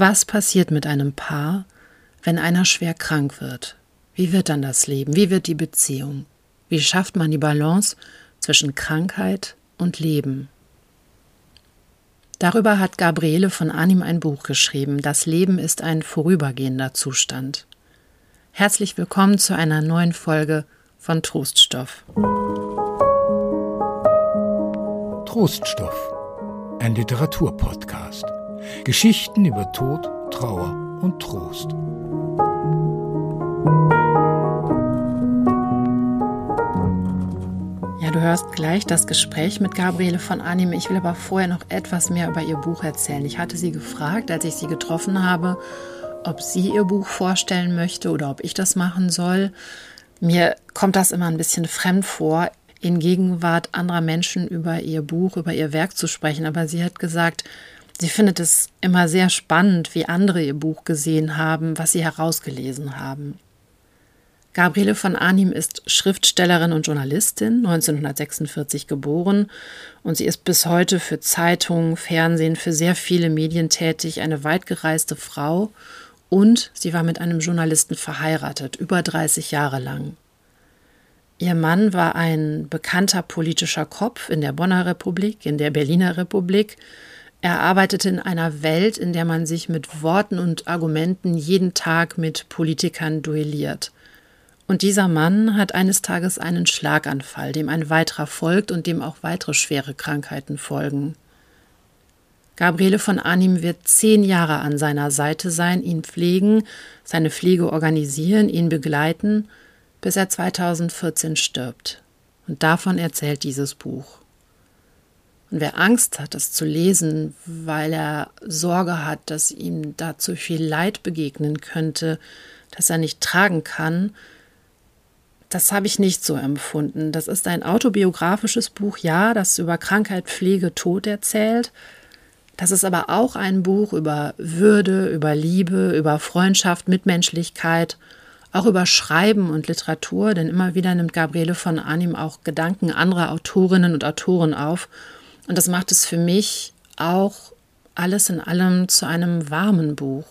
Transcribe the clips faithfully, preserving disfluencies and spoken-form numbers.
Was passiert mit einem Paar, wenn einer schwer krank wird? Wie wird dann das Leben? Wie wird die Beziehung? Wie schafft man die Balance zwischen Krankheit und Leben? Darüber hat Gabriele von Arnim ein Buch geschrieben. Das Leben ist ein vorübergehender Zustand. Herzlich willkommen zu einer neuen Folge von Troststoff. Troststoff, ein Literaturpodcast. Geschichten über Tod, Trauer und Trost. Ja, du hörst gleich das Gespräch mit Gabriele von Arnim. Ich will aber vorher noch etwas mehr über ihr Buch erzählen. Ich hatte sie gefragt, als ich sie getroffen habe, ob sie ihr Buch vorstellen möchte oder ob ich das machen soll. Mir kommt das immer ein bisschen fremd vor, in Gegenwart anderer Menschen über ihr Buch, über ihr Werk zu sprechen. Aber sie hat gesagt, sie findet es immer sehr spannend, wie andere ihr Buch gesehen haben, was sie herausgelesen haben. Gabriele von Arnim ist Schriftstellerin und Journalistin, neunzehnhundertsechsundvierzig geboren, und sie ist bis heute für Zeitungen, Fernsehen, für sehr viele Medien tätig, eine weitgereiste Frau, und sie war mit einem Journalisten verheiratet, über dreißig Jahre lang. Ihr Mann war ein bekannter politischer Kopf in der Bonner Republik, in der Berliner Republik. Er arbeitete in einer Welt, in der man sich mit Worten und Argumenten jeden Tag mit Politikern duelliert. Und dieser Mann hat eines Tages einen Schlaganfall, dem ein weiterer folgt und dem auch weitere schwere Krankheiten folgen. Gabriele von Arnim wird zehn Jahre an seiner Seite sein, ihn pflegen, seine Pflege organisieren, ihn begleiten, bis er zweitausendvierzehn stirbt. Und davon erzählt dieses Buch. Und wer Angst hat, das zu lesen, weil er Sorge hat, dass ihm da zu viel Leid begegnen könnte, das er nicht tragen kann, das habe ich nicht so empfunden. Das ist ein autobiografisches Buch, ja, das über Krankheit, Pflege, Tod erzählt. Das ist aber auch ein Buch über Würde, über Liebe, über Freundschaft, Mitmenschlichkeit, auch über Schreiben und Literatur, denn immer wieder nimmt Gabriele von Arnim auch Gedanken anderer Autorinnen und Autoren auf. Und das macht es für mich auch alles in allem zu einem warmen Buch,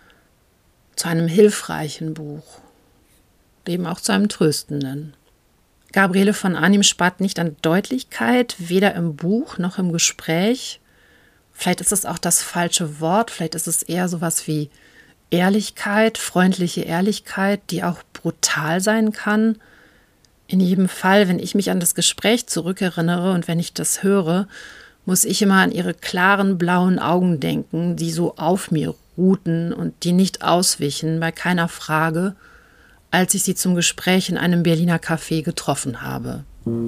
zu einem hilfreichen Buch, eben auch zu einem tröstenden. Gabriele von Arnim spart nicht an Deutlichkeit, weder im Buch noch im Gespräch. Vielleicht ist es auch das falsche Wort, vielleicht ist es eher sowas wie Ehrlichkeit, freundliche Ehrlichkeit, die auch brutal sein kann. In jedem Fall, wenn ich mich an das Gespräch zurückerinnere und wenn ich das höre, muss ich immer an ihre klaren blauen Augen denken, die so auf mir ruhten und die nicht auswichen bei keiner Frage, als ich sie zum Gespräch in einem Berliner Café getroffen habe.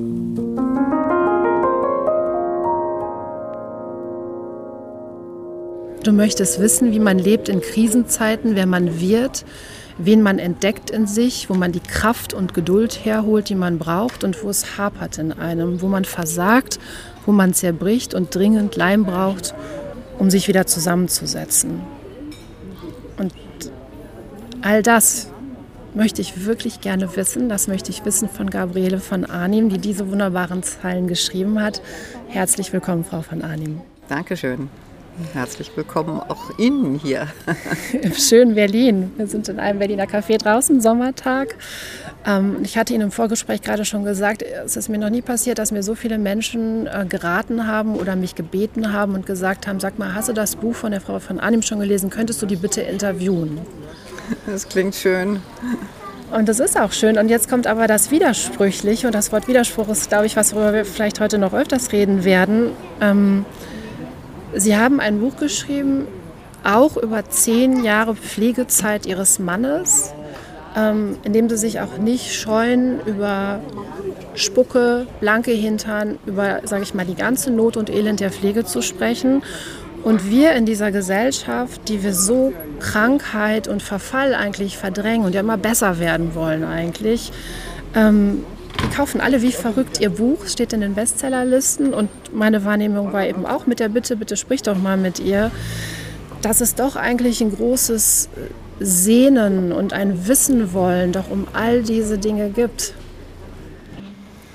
Du möchtest wissen, wie man lebt in Krisenzeiten, wer man wird, wen man entdeckt in sich, wo man die Kraft und Geduld herholt, die man braucht und wo es hapert in einem, wo man versagt, wo man zerbricht und dringend Leim braucht, um sich wieder zusammenzusetzen. Und all das möchte ich wirklich gerne wissen. Das möchte ich wissen von Gabriele von Arnim, die diese wunderbaren Zeilen geschrieben hat. Herzlich willkommen, Frau von Arnim. Dankeschön. Herzlich willkommen auch Ihnen hier. Im schönen Berlin. Wir sind in einem Berliner Café draußen, Sommertag. Ich hatte Ihnen im Vorgespräch gerade schon gesagt, es ist mir noch nie passiert, dass mir so viele Menschen geraten haben oder mich gebeten haben und gesagt haben, sag mal, hast du das Buch von der Frau von Arnim schon gelesen? Könntest du die bitte interviewen? Das klingt schön. Und das ist auch schön. Und jetzt kommt aber das Widersprüchliche. Und das Wort Widerspruch ist, glaube ich, was, worüber wir vielleicht heute noch öfters reden werden. Ähm, Sie haben ein Buch geschrieben, auch über zehn Jahre Pflegezeit Ihres Mannes, ähm, in dem Sie sich auch nicht scheuen, über Spucke, blanke Hintern, über, sage ich mal, die ganze Not und Elend der Pflege zu sprechen. Und wir in dieser Gesellschaft, die wir so Krankheit und Verfall eigentlich verdrängen und ja immer besser werden wollen eigentlich, ähm, die kaufen alle wie verrückt ihr Buch, steht in den Bestsellerlisten, und meine Wahrnehmung war eben auch mit der Bitte, bitte sprich doch mal mit ihr, dass es doch eigentlich ein großes Sehnen und ein Wissen wollen doch um all diese Dinge gibt.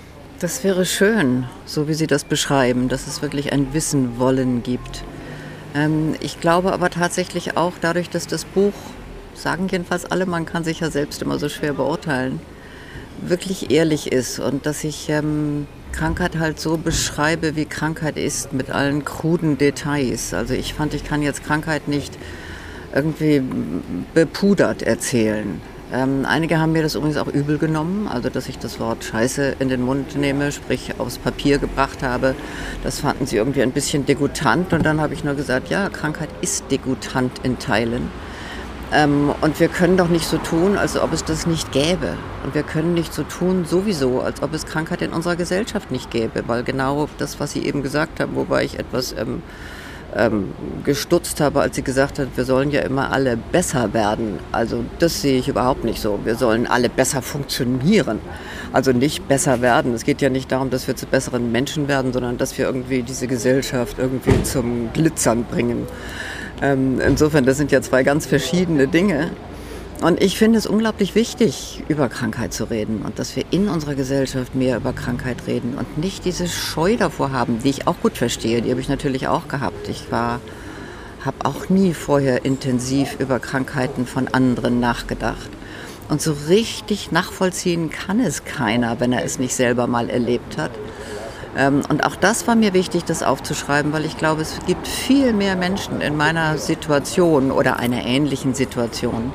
Das wäre schön, so wie Sie das beschreiben, dass es wirklich ein Wissen wollen gibt. Ähm, ich glaube aber tatsächlich auch, dadurch, dass das Buch, sagen jedenfalls alle, man kann sich ja selbst immer so schwer beurteilen, wirklich ehrlich ist und dass ich ähm, Krankheit halt so beschreibe, wie Krankheit ist, mit allen kruden Details. Also ich fand, ich kann jetzt Krankheit nicht irgendwie bepudert erzählen. Ähm, einige haben mir das übrigens auch übel genommen, also dass ich das Wort Scheiße in den Mund nehme, sprich aufs Papier gebracht habe. Das fanden sie irgendwie ein bisschen degutant und dann habe ich nur gesagt, ja, Krankheit ist degutant in Teilen. Ähm, und wir können doch nicht so tun, als ob es das nicht gäbe. Und wir können nicht so tun sowieso, als ob es Krankheit in unserer Gesellschaft nicht gäbe, weil genau das, was Sie eben gesagt haben, wobei ich etwas ähm, ähm, gestutzt habe, als sie gesagt hat, wir sollen ja immer alle besser werden. Also das sehe ich überhaupt nicht so. Wir sollen alle besser funktionieren. Also nicht besser werden. Es geht ja nicht darum, dass wir zu besseren Menschen werden, sondern dass wir irgendwie diese Gesellschaft irgendwie zum Glitzern bringen. Ähm, insofern, das sind ja zwei ganz verschiedene Dinge. Und ich finde es unglaublich wichtig, über Krankheit zu reden und dass wir in unserer Gesellschaft mehr über Krankheit reden und nicht diese Scheu davor haben, die ich auch gut verstehe. Die habe ich natürlich auch gehabt. Ich war, habe auch nie vorher intensiv über Krankheiten von anderen nachgedacht. Und so richtig nachvollziehen kann es keiner, wenn er es nicht selber mal erlebt hat. Und auch das war mir wichtig, das aufzuschreiben, weil ich glaube, es gibt viel mehr Menschen in meiner Situation oder einer ähnlichen Situation,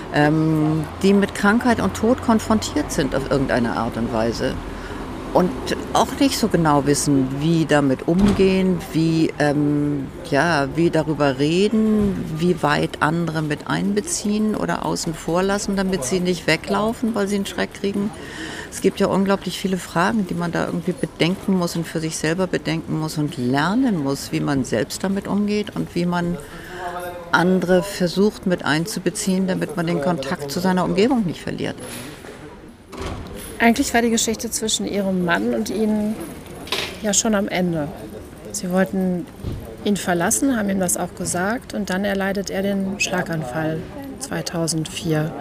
die mit Krankheit und Tod konfrontiert sind auf irgendeine Art und Weise und auch nicht so genau wissen, wie damit umgehen, wie, ähm, ja, wie darüber reden, wie weit andere mit einbeziehen oder außen vor lassen, damit sie nicht weglaufen, weil sie einen Schreck kriegen. Es gibt ja unglaublich viele Fragen, die man da irgendwie bedenken muss und für sich selber bedenken muss und lernen muss, wie man selbst damit umgeht und wie man andere versucht mit einzubeziehen, damit man den Kontakt zu seiner Umgebung nicht verliert. Eigentlich war die Geschichte zwischen Ihrem Mann und Ihnen ja schon am Ende. Sie wollten ihn verlassen, haben ihm das auch gesagt und dann erleidet er den Schlaganfall zweitausendvier.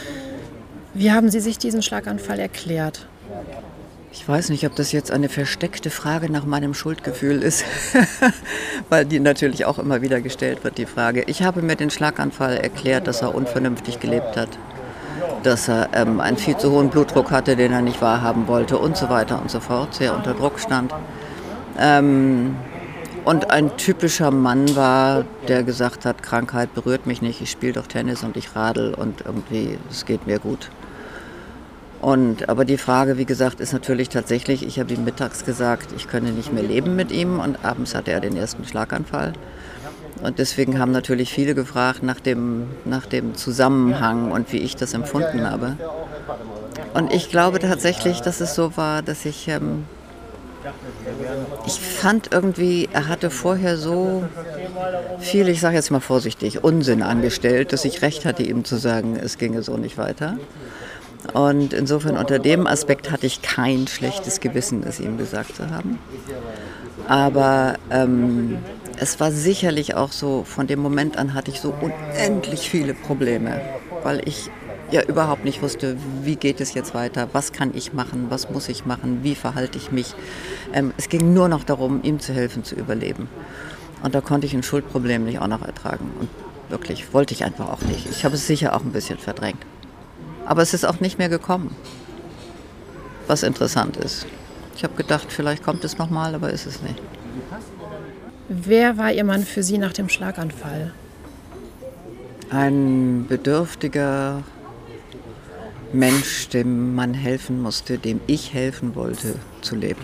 Wie haben Sie sich diesen Schlaganfall erklärt? Ich weiß nicht, ob das jetzt eine versteckte Frage nach meinem Schuldgefühl ist, weil die natürlich auch immer wieder gestellt wird, die Frage. Ich habe mir den Schlaganfall erklärt, dass er unvernünftig gelebt hat, dass er ähm, einen viel zu hohen Blutdruck hatte, den er nicht wahrhaben wollte und so weiter und so fort, sehr unter Druck stand. Ähm, und ein typischer Mann war, der gesagt hat, Krankheit berührt mich nicht, ich spiele doch Tennis und ich radel und irgendwie, es geht mir gut. Und, aber die Frage, wie gesagt, ist natürlich tatsächlich, ich habe ihm mittags gesagt, ich könne nicht mehr leben mit ihm und abends hatte er den ersten Schlaganfall. Und deswegen haben natürlich viele gefragt nach dem, nach dem Zusammenhang und wie ich das empfunden habe. Und ich glaube tatsächlich, dass es so war, dass ich, ähm, ich fand irgendwie, er hatte vorher so viel, ich sage jetzt mal vorsichtig, Unsinn angestellt, dass ich recht hatte, ihm zu sagen, es ginge so nicht weiter. Und insofern unter dem Aspekt hatte ich kein schlechtes Gewissen, es ihm gesagt zu haben. Aber ähm, es war sicherlich auch so, von dem Moment an hatte ich so unendlich viele Probleme, weil ich ja überhaupt nicht wusste, wie geht es jetzt weiter, was kann ich machen, was muss ich machen, wie verhalte ich mich. Ähm, es ging nur noch darum, ihm zu helfen, zu überleben. Und da konnte ich ein Schuldproblem nicht auch noch ertragen. Und wirklich, wollte ich einfach auch nicht. Ich habe es sicher auch ein bisschen verdrängt. Aber es ist auch nicht mehr gekommen, was interessant ist. Ich habe gedacht, vielleicht kommt es nochmal, aber ist es nicht. Wer war Ihr Mann für Sie nach dem Schlaganfall? Ein bedürftiger Mensch, dem man helfen musste, dem ich helfen wollte, zu leben.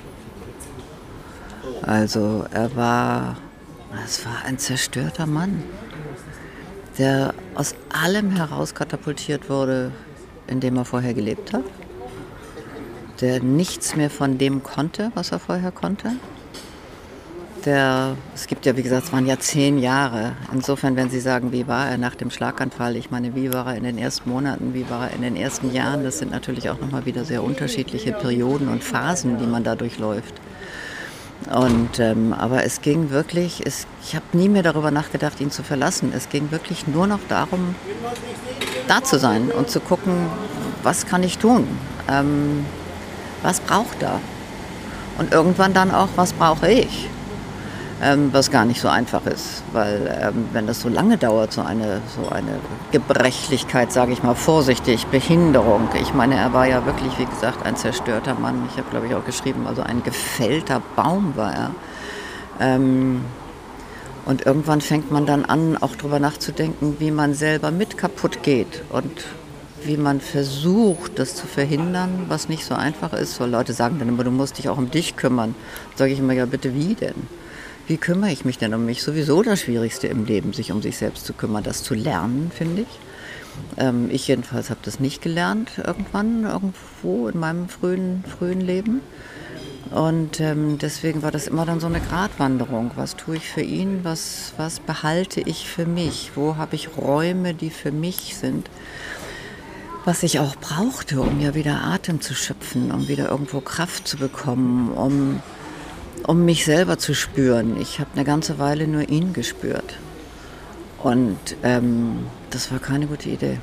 Also er war, es war ein zerstörter Mann, der aus allem heraus katapultiert wurde, in dem er vorher gelebt hat, der nichts mehr von dem konnte, was er vorher konnte. Der, es gibt ja, wie gesagt, es waren ja zehn Jahre. Insofern, wenn Sie sagen, wie war er nach dem Schlaganfall, ich meine, wie war er in den ersten Monaten, wie war er in den ersten Jahren, das sind natürlich auch nochmal wieder sehr unterschiedliche Perioden und Phasen, die man da durchläuft. Und, ähm, aber es ging wirklich, es, ich habe nie mehr darüber nachgedacht, ihn zu verlassen. Es ging wirklich nur noch darum, da zu sein und zu gucken, was kann ich tun, ähm, was braucht er und irgendwann dann auch, was brauche ich. ähm, was gar nicht so einfach ist, weil ähm, wenn das so lange dauert, so eine, so eine Gebrechlichkeit, sage ich mal vorsichtig, Behinderung. Ich meine, er war ja wirklich, wie gesagt, ein zerstörter Mann. Ich habe, glaube ich, auch geschrieben, also ein gefällter Baum war er. Ähm, und irgendwann fängt man dann an, auch darüber nachzudenken, wie man selber mit kaputt geht und wie man versucht, das zu verhindern, was nicht so einfach ist. Weil Leute sagen dann immer, du musst dich auch um dich kümmern. Da sage ich immer, ja bitte, wie denn? Wie kümmere ich mich denn um mich? Sowieso das Schwierigste im Leben, sich um sich selbst zu kümmern, das zu lernen, finde ich. Ähm, ich jedenfalls habe das nicht gelernt irgendwann, irgendwo in meinem frühen, frühen Leben. Und ähm, deswegen war das immer dann so eine Gratwanderung. Was tue ich für ihn? Was, was behalte ich für mich? Wo habe ich Räume, die für mich sind? Was ich auch brauchte, um ja wieder Atem zu schöpfen, um wieder irgendwo Kraft zu bekommen, um, um mich selber zu spüren. Ich habe eine ganze Weile nur ihn gespürt. Und ähm, das war keine gute Idee.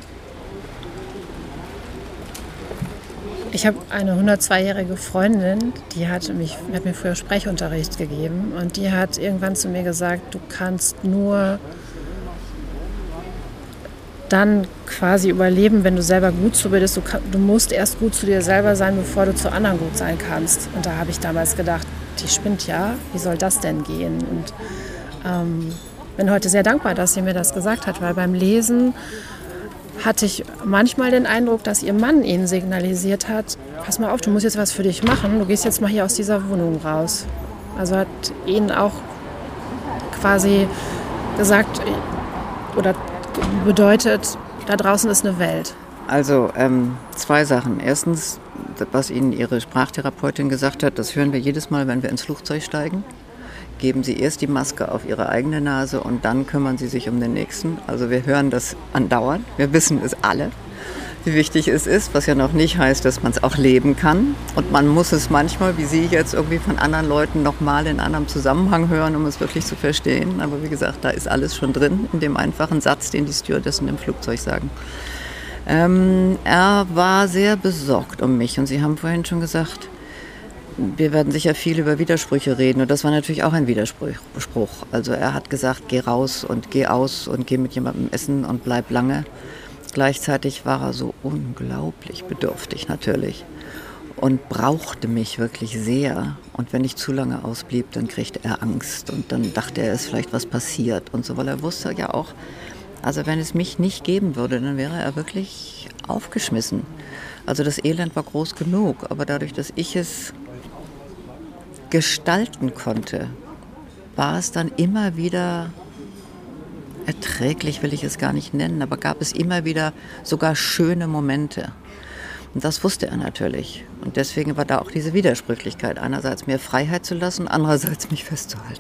Ich habe eine hundertzweijährige Freundin, die hat, mich, hat mir früher Sprechunterricht gegeben und die hat irgendwann zu mir gesagt, du kannst nur dann quasi überleben, wenn du selber gut zu dir bist. Du, kann, du musst erst gut zu dir selber sein, bevor du zu anderen gut sein kannst. Und da habe ich damals gedacht, die spinnt ja, wie soll das denn gehen? Und ähm, bin heute sehr dankbar, dass sie mir das gesagt hat, weil beim Lesen hatte ich manchmal den Eindruck, dass ihr Mann ihnen signalisiert hat, pass mal auf, du musst jetzt was für dich machen, du gehst jetzt mal hier aus dieser Wohnung raus. Also hat ihnen auch quasi gesagt oder bedeutet, da draußen ist eine Welt. Also ähm, zwei Sachen. Erstens, was Ihnen Ihre Sprachtherapeutin gesagt hat, das hören wir jedes Mal, wenn wir ins Flugzeug steigen. Geben Sie erst die Maske auf Ihre eigene Nase und dann kümmern Sie sich um den Nächsten. Also wir hören das andauernd. Wir wissen es alle, wie wichtig es ist, was ja noch nicht heißt, dass man es auch leben kann. Und man muss es manchmal, wie Sie jetzt, irgendwie von anderen Leuten nochmal in anderem Zusammenhang hören, um es wirklich zu verstehen. Aber wie gesagt, da ist alles schon drin in dem einfachen Satz, den die Stewardessen im Flugzeug sagen. Ähm, er war sehr besorgt um mich und Sie haben vorhin schon gesagt, wir werden sicher viel über Widersprüche reden und das war natürlich auch ein Widerspruch. Also er hat gesagt, geh raus und geh aus und geh mit jemandem essen und bleib lange. Gleichzeitig war er so unglaublich bedürftig natürlich und brauchte mich wirklich sehr. Und wenn ich zu lange ausblieb, dann kriegte er Angst und dann dachte er, es ist vielleicht was passiert und so, weil er wusste ja auch, also wenn es mich nicht geben würde, dann wäre er wirklich aufgeschmissen. Also das Elend war groß genug, aber dadurch, dass ich es gestalten konnte, war es dann immer wieder erträglich, will ich es gar nicht nennen, aber gab es immer wieder sogar schöne Momente. Und das wusste er natürlich. Und deswegen war da auch diese Widersprüchlichkeit, einerseits mir Freiheit zu lassen, andererseits mich festzuhalten.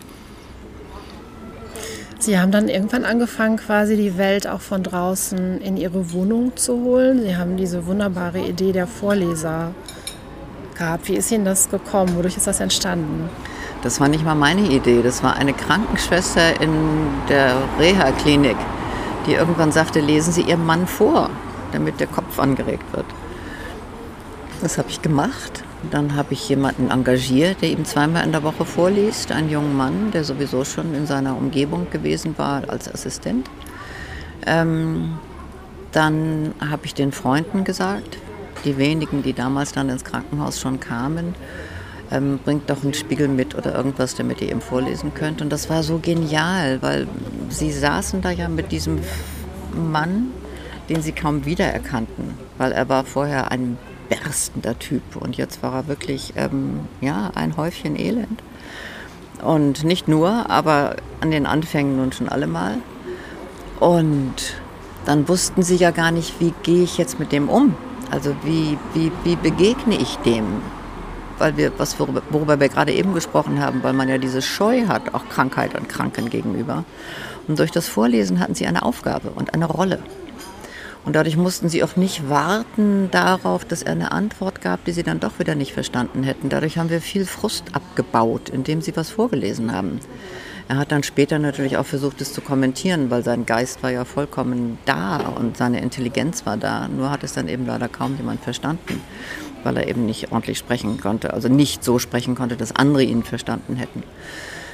Sie haben dann irgendwann angefangen, quasi die Welt auch von draußen in Ihre Wohnung zu holen. Sie haben diese wunderbare Idee der Vorleser gehabt. Wie ist Ihnen das gekommen? Wodurch ist das entstanden? Das war nicht mal meine Idee. Das war eine Krankenschwester in der Reha-Klinik, die irgendwann sagte, lesen Sie Ihrem Mann vor, damit der Kopf angeregt wird. Das habe ich gemacht. Dann habe ich jemanden engagiert, der ihm zweimal in der Woche vorliest. Einen jungen Mann, der sowieso schon in seiner Umgebung gewesen war als Assistent. Ähm, dann habe ich den Freunden gesagt, die wenigen, die damals dann ins Krankenhaus schon kamen, ähm, bringt doch einen Spiegel mit oder irgendwas, damit ihr ihm vorlesen könnt. Und das war so genial, weil sie saßen da ja mit diesem Mann, den sie kaum wiedererkannten, weil er war vorher ein berstender Typ und jetzt war er wirklich ähm, ja, ein Häufchen Elend. Und nicht nur, aber an den Anfängen nun schon allemal. Und dann wussten sie ja gar nicht, wie gehe ich jetzt mit dem um? Also wie, wie, wie begegne ich dem? Weil wir, was, worüber, worüber wir gerade eben gesprochen haben, weil man ja diese Scheu hat, auch Krankheit und Kranken gegenüber. Und durch das Vorlesen hatten sie eine Aufgabe und eine Rolle. Und dadurch mussten sie auch nicht warten darauf, dass er eine Antwort gab, die sie dann doch wieder nicht verstanden hätten. Dadurch haben wir viel Frust abgebaut, indem sie was vorgelesen haben. Er hat dann später natürlich auch versucht, es zu kommentieren, weil sein Geist war ja vollkommen da und seine Intelligenz war da. Nur hat es dann eben leider kaum jemand verstanden, weil er eben nicht ordentlich sprechen konnte. Also nicht so sprechen konnte, dass andere ihn verstanden hätten.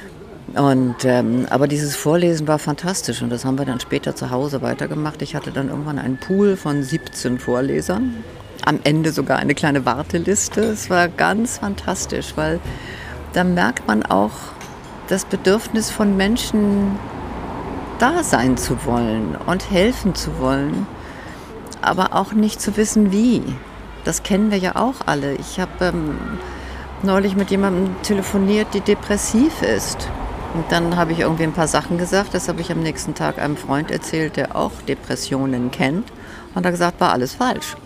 Und, ähm, aber dieses Vorlesen war fantastisch und das haben wir dann später zu Hause weitergemacht. Ich hatte dann irgendwann einen Pool von siebzehn Vorlesern, am Ende sogar eine kleine Warteliste. Es war ganz fantastisch, weil da merkt man auch das Bedürfnis von Menschen, da sein zu wollen und helfen zu wollen, aber auch nicht zu wissen, wie. Das kennen wir ja auch alle. Ich habe ähm, neulich mit jemandem telefoniert, die depressiv ist. Und dann habe ich irgendwie ein paar Sachen gesagt. Das habe ich am nächsten Tag einem Freund erzählt, der auch Depressionen kennt. Und er hat gesagt, war alles falsch.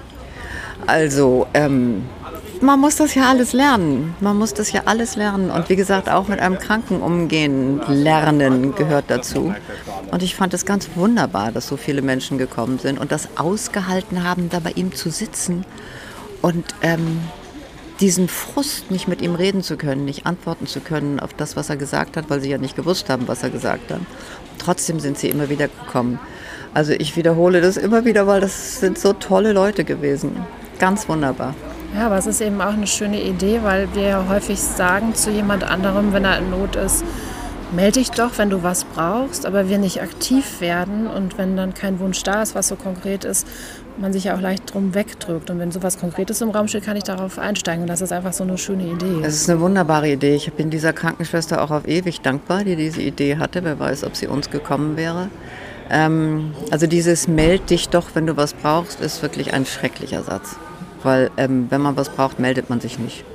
Also, ähm, man muss das ja alles lernen. Man muss das ja alles lernen. Und wie gesagt, auch mit einem Kranken umgehen, lernen gehört dazu. Und ich fand es ganz wunderbar, dass so viele Menschen gekommen sind und das ausgehalten haben, da bei ihm zu sitzen und ähm, diesen Frust, nicht mit ihm reden zu können, nicht antworten zu können auf das, was er gesagt hat, weil sie ja nicht gewusst haben, was er gesagt hat. Trotzdem sind sie immer wieder gekommen. Also ich wiederhole das immer wieder, weil das sind so tolle Leute gewesen. Ganz wunderbar. Ja, aber es ist eben auch eine schöne Idee, weil wir ja häufig sagen zu jemand anderem, wenn er in Not ist, melde dich doch, wenn du was brauchst, aber wir nicht aktiv werden und wenn dann kein Wunsch da ist, was so konkret ist, man sich ja auch leicht drum wegdrückt. Und wenn sowas Konkretes im Raum steht, kann ich darauf einsteigen. Und das ist einfach so eine schöne Idee. Es ist eine wunderbare Idee. Ich bin dieser Krankenschwester auch auf ewig dankbar, die diese Idee hatte. Wer weiß, ob sie uns gekommen wäre. Ähm, also dieses meld dich doch, wenn du was brauchst, ist wirklich ein schrecklicher Satz. Weil ähm, wenn man was braucht, meldet man sich nicht.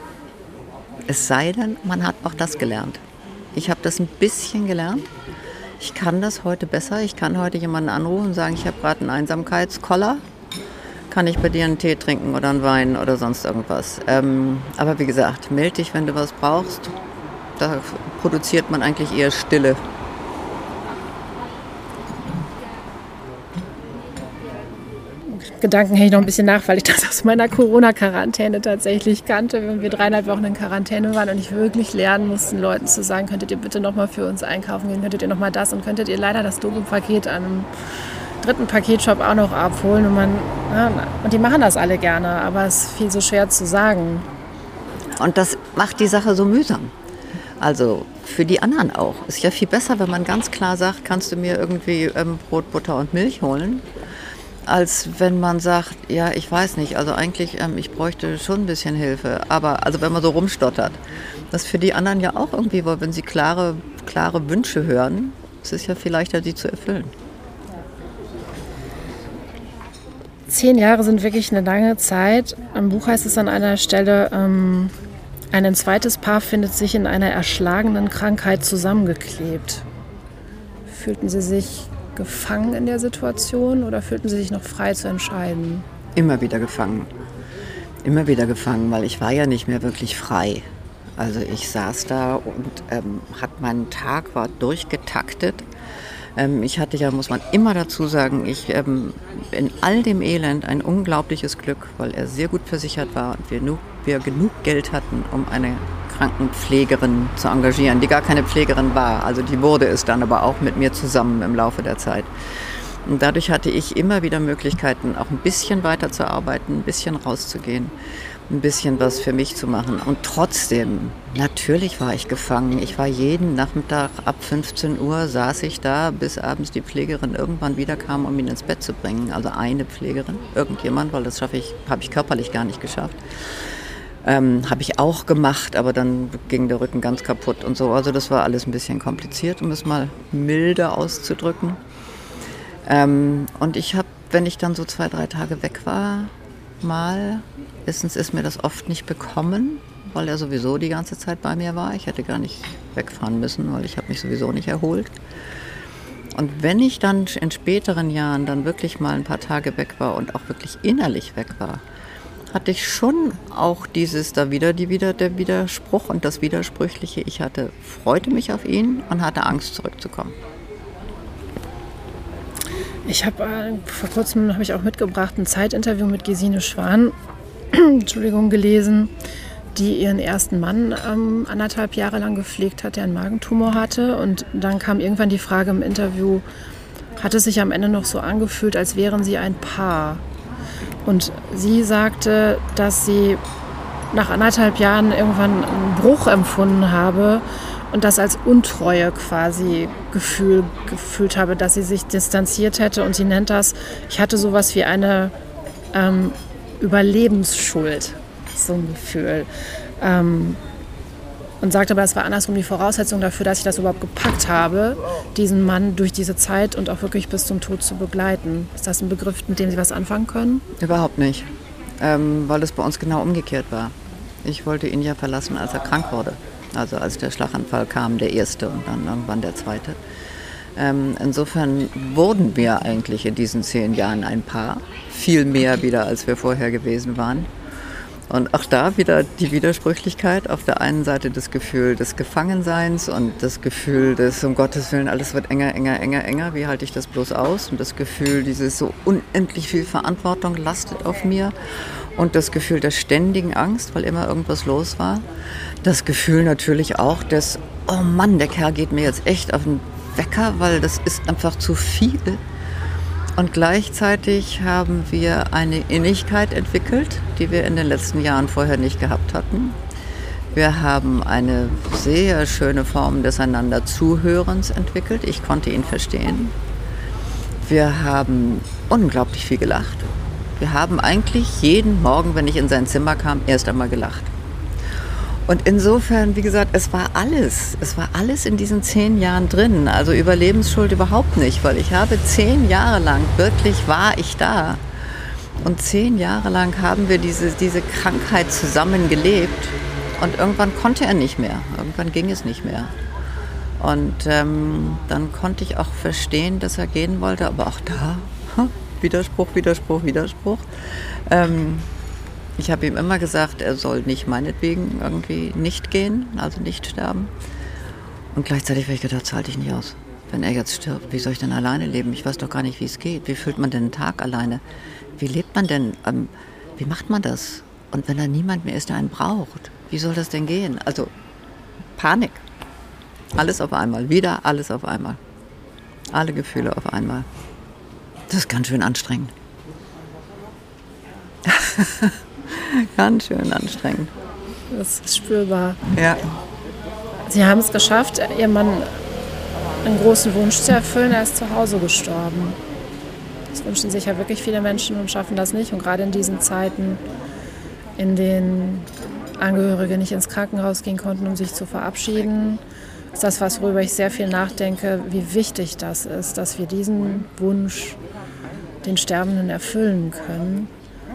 Es sei denn, man hat auch das gelernt. Ich habe das ein bisschen gelernt. Ich kann das heute besser. Ich kann heute jemanden anrufen und sagen, ich habe gerade einen Einsamkeitskoller. Kann ich bei dir einen Tee trinken oder einen Wein oder sonst irgendwas. Ähm, aber wie gesagt, melde dich, wenn du was brauchst. Da produziert man eigentlich eher Stille. Gedanken hänge ich noch ein bisschen nach, weil ich das aus meiner Corona-Quarantäne tatsächlich kannte, wenn wir dreieinhalb Wochen in Quarantäne waren und ich wirklich lernen musste, Leuten zu sagen, könntet ihr bitte nochmal für uns einkaufen gehen, könntet ihr nochmal das und könntet ihr leider das Dogo-Paket an einem dritten Paketshop auch noch abholen. Und, man, ja, und die machen das alle gerne, aber es ist viel so schwer zu sagen. Und das macht die Sache so mühsam. Also für die anderen auch. Ist ja viel besser, wenn man ganz klar sagt, kannst du mir irgendwie ähm, Brot, Butter und Milch holen, als wenn man sagt, ja, ich weiß nicht, also eigentlich, ähm, ich bräuchte schon ein bisschen Hilfe. Aber also wenn man so rumstottert, das ist für die anderen ja auch irgendwie, weil wenn sie klare, klare Wünsche hören, es ist ja viel leichter, die zu erfüllen. Zehn Jahre sind wirklich eine lange Zeit. Im Buch heißt es an einer Stelle, ähm, ein zweites Paar findet sich in einer erschlagenen Krankheit zusammengeklebt. Fühlten Sie sich gefangen in der Situation oder fühlten Sie sich noch frei zu entscheiden? Immer wieder gefangen. Immer wieder gefangen, weil ich war ja nicht mehr wirklich frei. Also ich saß da und ähm, hat mein Tag war durchgetaktet. Ähm, ich hatte ja, muss man immer dazu sagen, ich ähm, in all dem Elend ein unglaubliches Glück, weil er sehr gut versichert war und wir, nu, wir genug Geld hatten, um eine Krankenpflegerin zu engagieren, die gar keine Pflegerin war. Also die wurde es dann aber auch mit mir zusammen im Laufe der Zeit. Und dadurch hatte ich immer wieder Möglichkeiten, auch ein bisschen weiter zu arbeiten, ein bisschen rauszugehen, ein bisschen was für mich zu machen. Und trotzdem, natürlich war ich gefangen. Ich war jeden Nachmittag ab fünfzehn Uhr saß ich da, bis abends die Pflegerin irgendwann wieder kam, um ihn ins Bett zu bringen. Also eine Pflegerin, irgendjemand, weil das schaffe ich, habe ich körperlich gar nicht geschafft. Ähm, habe ich auch gemacht, aber dann ging der Rücken ganz kaputt und so. Also das war alles ein bisschen kompliziert, um es mal milder auszudrücken. Ähm, und ich habe, wenn ich dann so zwei, drei Tage weg war, mal, erstens ist mir das oft nicht bekommen, weil er sowieso die ganze Zeit bei mir war. Ich hätte gar nicht wegfahren müssen, weil ich habe mich sowieso nicht erholt. Und wenn ich dann in späteren Jahren dann wirklich mal ein paar Tage weg war und auch wirklich innerlich weg war, hatte ich schon auch dieses, da wieder, die wieder der Widerspruch und das Widersprüchliche. Ich hatte, freute mich auf ihn und hatte Angst, zurückzukommen. Ich habe äh, vor kurzem, habe ich auch mitgebracht, ein Zeitinterview mit Gesine Schwan, Entschuldigung, gelesen, die ihren ersten Mann ähm, anderthalb Jahre lang gepflegt hat, der einen Magentumor hatte. Und dann kam irgendwann die Frage im Interview, hat es sich am Ende noch so angefühlt, als wären sie ein Paar? Und sie sagte, dass sie nach anderthalb Jahren irgendwann einen Bruch empfunden habe und das als Untreue quasi Gefühl, gefühlt habe, dass sie sich distanziert hätte. Und sie nennt das, ich hatte sowas wie eine ähm, Überlebensschuld, so ein Gefühl. Ähm, und sagt aber, es war andersrum die Voraussetzung dafür, dass ich das überhaupt gepackt habe, diesen Mann durch diese Zeit und auch wirklich bis zum Tod zu begleiten. Ist das ein Begriff, mit dem Sie was anfangen können? Überhaupt nicht, ähm, weil es bei uns genau umgekehrt war. Ich wollte ihn ja verlassen, als er krank wurde. Also als der Schlaganfall kam, der erste und dann irgendwann der zweite. Ähm, insofern wurden wir eigentlich in diesen zehn Jahren ein Paar. Viel mehr wieder, als wir vorher gewesen waren. Und auch da wieder die Widersprüchlichkeit. Auf der einen Seite das Gefühl des Gefangenseins und das Gefühl des, um Gottes Willen, alles wird enger, enger, enger, enger. Wie halte ich das bloß aus? Und das Gefühl, dieses so unendlich viel Verantwortung lastet auf mir. Und das Gefühl der ständigen Angst, weil immer irgendwas los war. Das Gefühl natürlich auch des, oh Mann, der Kerl geht mir jetzt echt auf den Wecker, weil das ist einfach zu viel. Und gleichzeitig haben wir eine Innigkeit entwickelt, die wir in den letzten Jahren vorher nicht gehabt hatten. Wir haben eine sehr schöne Form des einander Zuhörens entwickelt. Ich konnte ihn verstehen. Wir haben unglaublich viel gelacht. Wir haben eigentlich jeden Morgen, wenn ich in sein Zimmer kam, erst einmal gelacht. Und insofern, wie gesagt, es war alles. Es war alles in diesen zehn Jahren drin. Also Überlebensschuld überhaupt nicht, weil ich habe zehn Jahre lang, wirklich war ich da. Und zehn Jahre lang haben wir diese, diese Krankheit zusammen gelebt. Und irgendwann konnte er nicht mehr. Irgendwann ging es nicht mehr. Und ähm, dann konnte ich auch verstehen, dass er gehen wollte. Aber auch da, hm, Widerspruch, Widerspruch, Widerspruch. Ähm, Ich habe ihm immer gesagt, er soll nicht meinetwegen irgendwie nicht gehen, also nicht sterben. Und gleichzeitig habe ich gedacht, das halte ich nicht aus. Wenn er jetzt stirbt, wie soll ich denn alleine leben? Ich weiß doch gar nicht, wie es geht. Wie füllt man denn einen Tag alleine? Wie lebt man denn? Ähm, wie macht man das? Und wenn da niemand mehr ist, der einen braucht, wie soll das denn gehen? Also Panik. Alles auf einmal. Wieder alles auf einmal. Alle Gefühle auf einmal. Das ist ganz schön anstrengend. Ganz schön anstrengend. Das ist spürbar. Ja. Sie haben es geschafft, Ihrem Mann einen großen Wunsch zu erfüllen. Er ist zu Hause gestorben. Das wünschen sich ja wirklich viele Menschen und schaffen das nicht. Und gerade in diesen Zeiten, in denen Angehörige nicht ins Krankenhaus gehen konnten, um sich zu verabschieden, ist das was, worüber ich sehr viel nachdenke, wie wichtig das ist, dass wir diesen Wunsch den Sterbenden erfüllen können,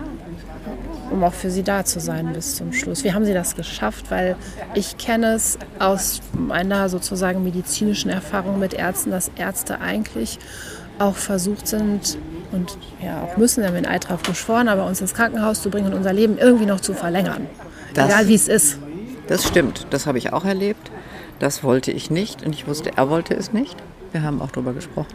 um auch für sie da zu sein bis zum Schluss. Wie haben Sie das geschafft? Weil ich kenne es aus meiner sozusagen medizinischen Erfahrung mit Ärzten, dass Ärzte eigentlich auch versucht sind und ja auch müssen, wir haben den Eid drauf geschworen, aber uns ins Krankenhaus zu bringen und unser Leben irgendwie noch zu verlängern. Das, egal wie es ist. Das stimmt, das habe ich auch erlebt. Das wollte ich nicht und ich wusste, er wollte es nicht. Wir haben auch darüber gesprochen.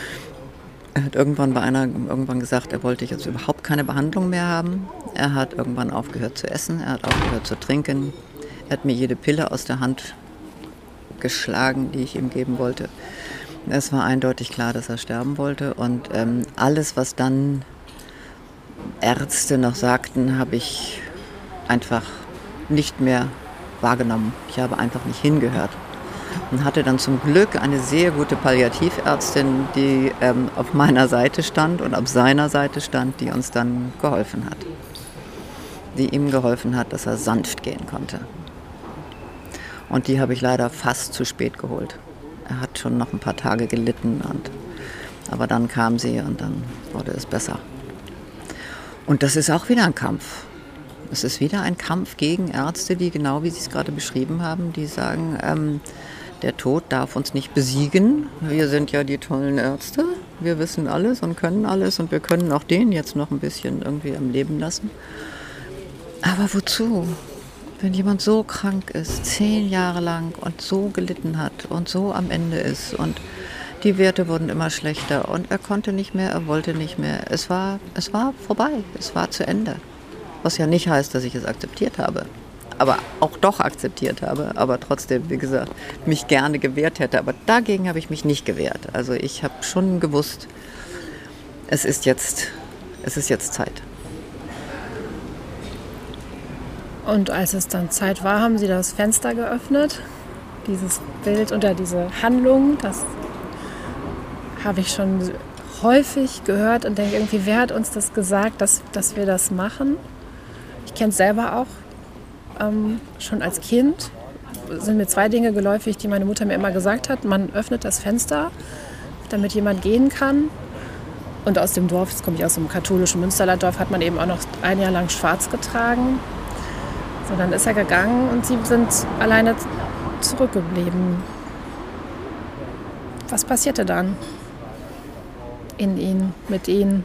Er hat irgendwann bei einer irgendwann gesagt, er wollte jetzt überhaupt keine Behandlung mehr haben. Er hat irgendwann aufgehört zu essen, er hat aufgehört zu trinken. Er hat mir jede Pille aus der Hand geschlagen, die ich ihm geben wollte. Es war eindeutig klar, dass er sterben wollte. Und ähm, alles, was dann Ärzte noch sagten, habe ich einfach nicht mehr wahrgenommen. Ich habe einfach nicht hingehört. Und hatte dann zum Glück eine sehr gute Palliativärztin, die ähm, auf meiner Seite stand und auf seiner Seite stand, die uns dann geholfen hat. Die ihm geholfen hat, dass er sanft gehen konnte. Und die habe ich leider fast zu spät geholt. Er hat schon noch ein paar Tage gelitten, und, aber dann kam sie und dann wurde es besser. Und das ist auch wieder ein Kampf. Es ist wieder ein Kampf gegen Ärzte, die genau wie Sie es gerade beschrieben haben, die sagen, ähm, der Tod darf uns nicht besiegen. Wir sind ja die tollen Ärzte. Wir wissen alles und können alles und wir können auch den jetzt noch ein bisschen irgendwie am Leben lassen. Aber wozu? Wenn jemand so krank ist, zehn Jahre lang und so gelitten hat und so am Ende ist und die Werte wurden immer schlechter und er konnte nicht mehr, er wollte nicht mehr. Es war, es war vorbei, es war zu Ende. Was ja nicht heißt, dass ich es akzeptiert habe. Aber auch doch akzeptiert habe, aber trotzdem, wie gesagt, mich gerne gewehrt hätte. Aber dagegen habe ich mich nicht gewehrt. Also ich habe schon gewusst, es ist jetzt, es ist jetzt Zeit. Und als es dann Zeit war, haben Sie das Fenster geöffnet, dieses Bild oder diese Handlung, das habe ich schon häufig gehört und denke irgendwie, wer hat uns das gesagt, dass, dass wir das machen? Ich kenne es selber auch, ähm, schon als Kind sind mir zwei Dinge geläufig, die meine Mutter mir immer gesagt hat. Man öffnet das Fenster, damit jemand gehen kann. Und aus dem Dorf, jetzt komme ich aus dem katholischen Münsterlanddorf, hat man eben auch noch ein Jahr lang schwarz getragen. So, dann ist er gegangen und sie sind alleine zurückgeblieben. Was passierte dann in ihnen, mit ihnen?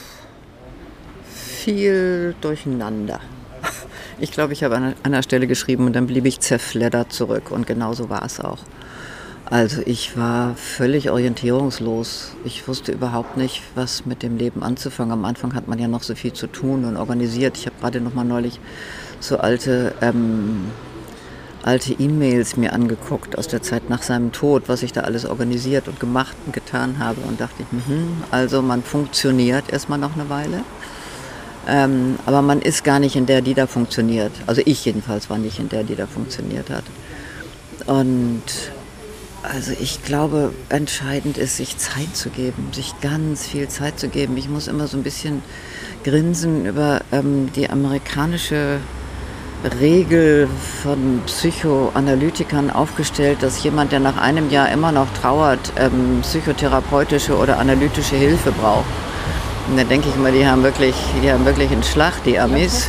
Viel Durcheinander. Ich glaube, ich habe an einer Stelle geschrieben und dann blieb ich zerfleddert zurück. Und genau so war es auch. Also ich war völlig orientierungslos. Ich wusste überhaupt nicht, was mit dem Leben anzufangen. Am Anfang hat man ja noch so viel zu tun und organisiert. Ich habe gerade noch mal neulich so alte, ähm, alte E-Mails mir angeguckt aus der Zeit nach seinem Tod, was ich da alles organisiert und gemacht und getan habe. Und dachte ich, mh, also man funktioniert erstmal noch eine Weile. Ähm, aber man ist gar nicht in der, die da funktioniert. Also ich jedenfalls war nicht in der, die da funktioniert hat. Und also ich glaube, entscheidend ist, sich Zeit zu geben, sich ganz viel Zeit zu geben. Ich muss immer so ein bisschen grinsen über ähm, die amerikanische Regel von Psychoanalytikern aufgestellt, dass jemand, der nach einem Jahr immer noch trauert, ähm, psychotherapeutische oder analytische Hilfe braucht. Und dann denke ich immer, die haben wirklich, die haben wirklich einen Schlag, die Amis.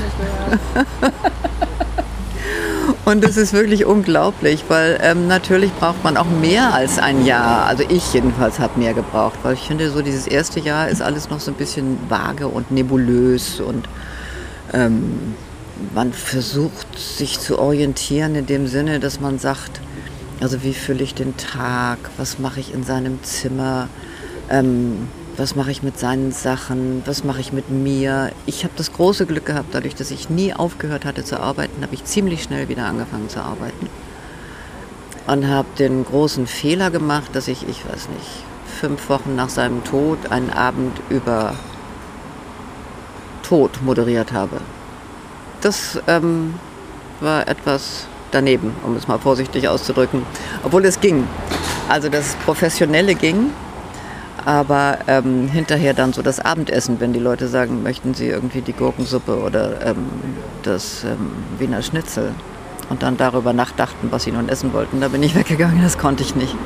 Und es ist wirklich unglaublich, weil ähm, natürlich braucht man auch mehr als ein Jahr. Also ich jedenfalls habe mehr gebraucht, weil ich finde, so dieses erste Jahr ist alles noch so ein bisschen vage und nebulös und ähm, man versucht sich zu orientieren in dem Sinne, dass man sagt, also wie fülle ich den Tag, was mache ich in seinem Zimmer, ähm, was mache ich mit seinen Sachen, was mache ich mit mir. Ich habe das große Glück gehabt, dadurch, dass ich nie aufgehört hatte zu arbeiten, habe ich ziemlich schnell wieder angefangen zu arbeiten. Und habe den großen Fehler gemacht, dass ich, ich weiß nicht, fünf Wochen nach seinem Tod einen Abend über Tod moderiert habe. Das ähm, war etwas daneben, um es mal vorsichtig auszudrücken, obwohl es ging. Also das Professionelle ging. Aber ähm, hinterher dann so das Abendessen, wenn die Leute sagen, möchten sie irgendwie die Gurkensuppe oder ähm, das ähm, Wiener Schnitzel und dann darüber nachdachten, was sie nun essen wollten, da bin ich weggegangen, das konnte ich nicht.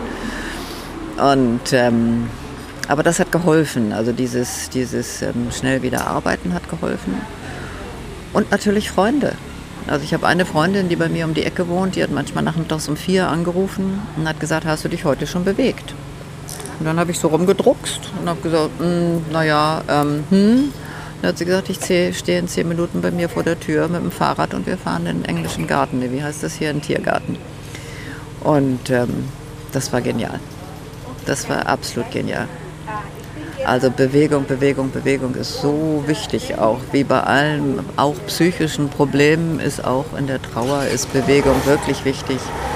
Und, ähm, aber das hat geholfen, also dieses, dieses ähm, schnell wieder arbeiten hat geholfen. Und natürlich Freunde. Also ich habe eine Freundin, die bei mir um die Ecke wohnt, die hat manchmal nachmittags um vier angerufen und hat gesagt, hast du dich heute schon bewegt? Und dann habe ich so rumgedruckst und habe gesagt, naja, ähm, hm. Dann hat sie gesagt, ich stehe in zehn Minuten bei mir vor der Tür mit dem Fahrrad und wir fahren in den englischen Garten. Wie heißt das hier? Ein Tiergarten. Und ähm, das war genial. Das war absolut genial. Also Bewegung, Bewegung, Bewegung ist so wichtig auch. Wie bei allen, auch psychischen Problemen ist auch in der Trauer ist Bewegung wirklich wichtig.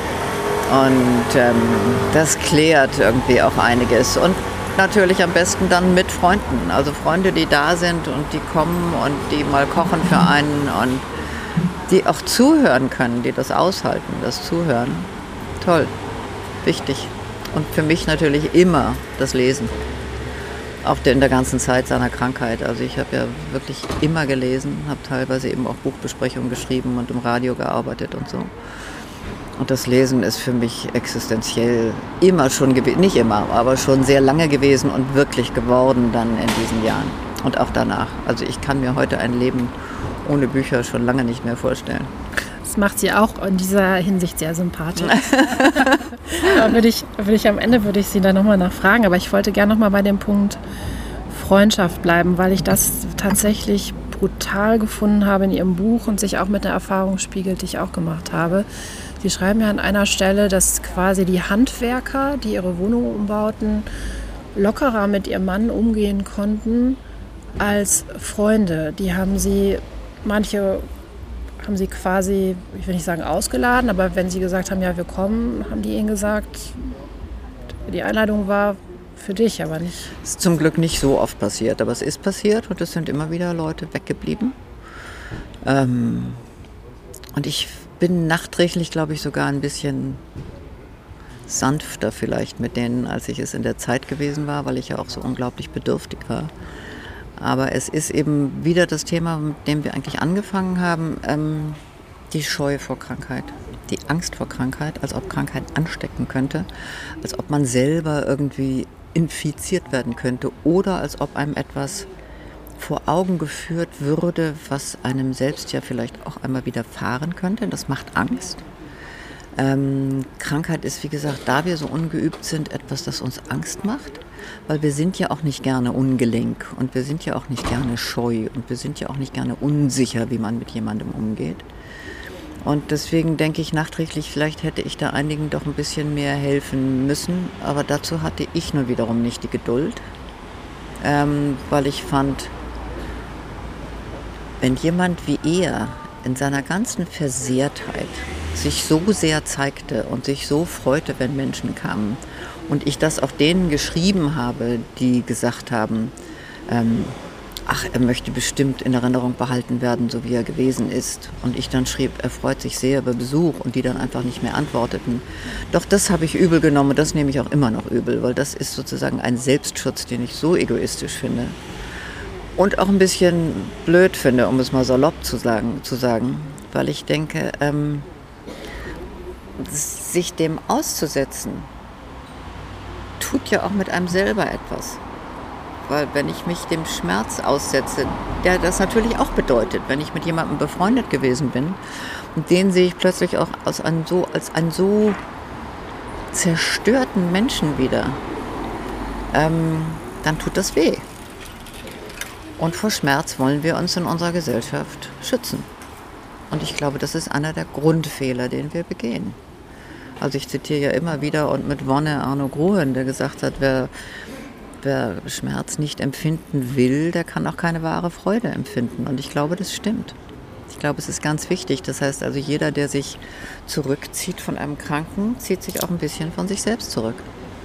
Und ähm, das klärt irgendwie auch einiges. Und natürlich am besten dann mit Freunden. Also Freunde, die da sind und die kommen und die mal kochen für einen und die auch zuhören können, die das aushalten, das Zuhören. Toll, wichtig. Und für mich natürlich immer das Lesen. Auch in der ganzen Zeit seiner Krankheit. Also ich habe ja wirklich immer gelesen, habe teilweise eben auch Buchbesprechungen geschrieben und im Radio gearbeitet und so. Und das Lesen ist für mich existenziell immer schon gewesen, nicht immer, aber schon sehr lange gewesen und wirklich geworden dann in diesen Jahren und auch danach. Also ich kann mir heute ein Leben ohne Bücher schon lange nicht mehr vorstellen. Das macht sie auch in dieser Hinsicht sehr sympathisch. Da würde ich, würde ich am Ende würde ich sie da nochmal nachfragen, aber ich wollte gerne nochmal bei dem Punkt Freundschaft bleiben, weil ich das tatsächlich brutal gefunden habe in ihrem Buch und sich auch mit der Erfahrung spiegelt, die ich auch gemacht habe. Sie schreiben ja an einer Stelle, dass quasi die Handwerker, die ihre Wohnung umbauten, lockerer mit ihrem Mann umgehen konnten als Freunde. Die haben sie, manche haben sie quasi, ich will nicht sagen ausgeladen, aber wenn sie gesagt haben, ja wir kommen, haben die ihnen gesagt, die Einladung war für dich, aber nicht. Es ist zum Glück nicht so oft passiert, aber es ist passiert und es sind immer wieder Leute weggeblieben. Ähm, und ich bin nachträglich, glaube ich, sogar ein bisschen sanfter vielleicht mit denen, als ich es in der Zeit gewesen war, weil ich ja auch so unglaublich bedürftig war. Aber es ist eben wieder das Thema, mit dem wir eigentlich angefangen haben, ähm, die Scheu vor Krankheit, die Angst vor Krankheit, als ob Krankheit anstecken könnte, als ob man selber irgendwie infiziert werden könnte oder als ob einem etwas vor Augen geführt würde, was einem selbst ja vielleicht auch einmal widerfahren könnte. Das macht Angst. Ähm, Krankheit ist, wie gesagt, da wir so ungeübt sind, etwas, das uns Angst macht, weil wir sind ja auch nicht gerne ungelenk und wir sind ja auch nicht gerne scheu und wir sind ja auch nicht gerne unsicher, wie man mit jemandem umgeht. Und deswegen denke ich nachträglich, vielleicht hätte ich da einigen doch ein bisschen mehr helfen müssen, aber dazu hatte ich nur wiederum nicht die Geduld, ähm, weil ich fand, wenn jemand wie er in seiner ganzen Versehrtheit sich so sehr zeigte und sich so freute, wenn Menschen kamen und ich das auch denen geschrieben habe, die gesagt haben, ähm, ach, er möchte bestimmt in Erinnerung behalten werden, so wie er gewesen ist. Und ich dann schrieb, er freut sich sehr über Besuch und die dann einfach nicht mehr antworteten. Doch das habe ich übel genommen und das nehme ich auch immer noch übel, weil das ist sozusagen ein Selbstschutz, den ich so egoistisch finde. Und auch ein bisschen blöd finde, um es mal salopp zu sagen, zu sagen weil ich denke, ähm, sich dem auszusetzen, tut ja auch mit einem selber etwas. Weil wenn ich mich dem Schmerz aussetze, der das natürlich auch bedeutet, wenn ich mit jemandem befreundet gewesen bin und den sehe ich plötzlich auch als einen so, als einen so zerstörten Menschen wieder, ähm, dann tut das weh. Und vor Schmerz wollen wir uns in unserer Gesellschaft schützen. Und ich glaube, das ist einer der Grundfehler, den wir begehen. Also ich zitiere ja immer wieder und mit Wonne Arno Grohen, der gesagt hat, wer, wer Schmerz nicht empfinden will, der kann auch keine wahre Freude empfinden. Und ich glaube, das stimmt. Ich glaube, es ist ganz wichtig. Das heißt also, jeder, der sich zurückzieht von einem Kranken, zieht sich auch ein bisschen von sich selbst zurück.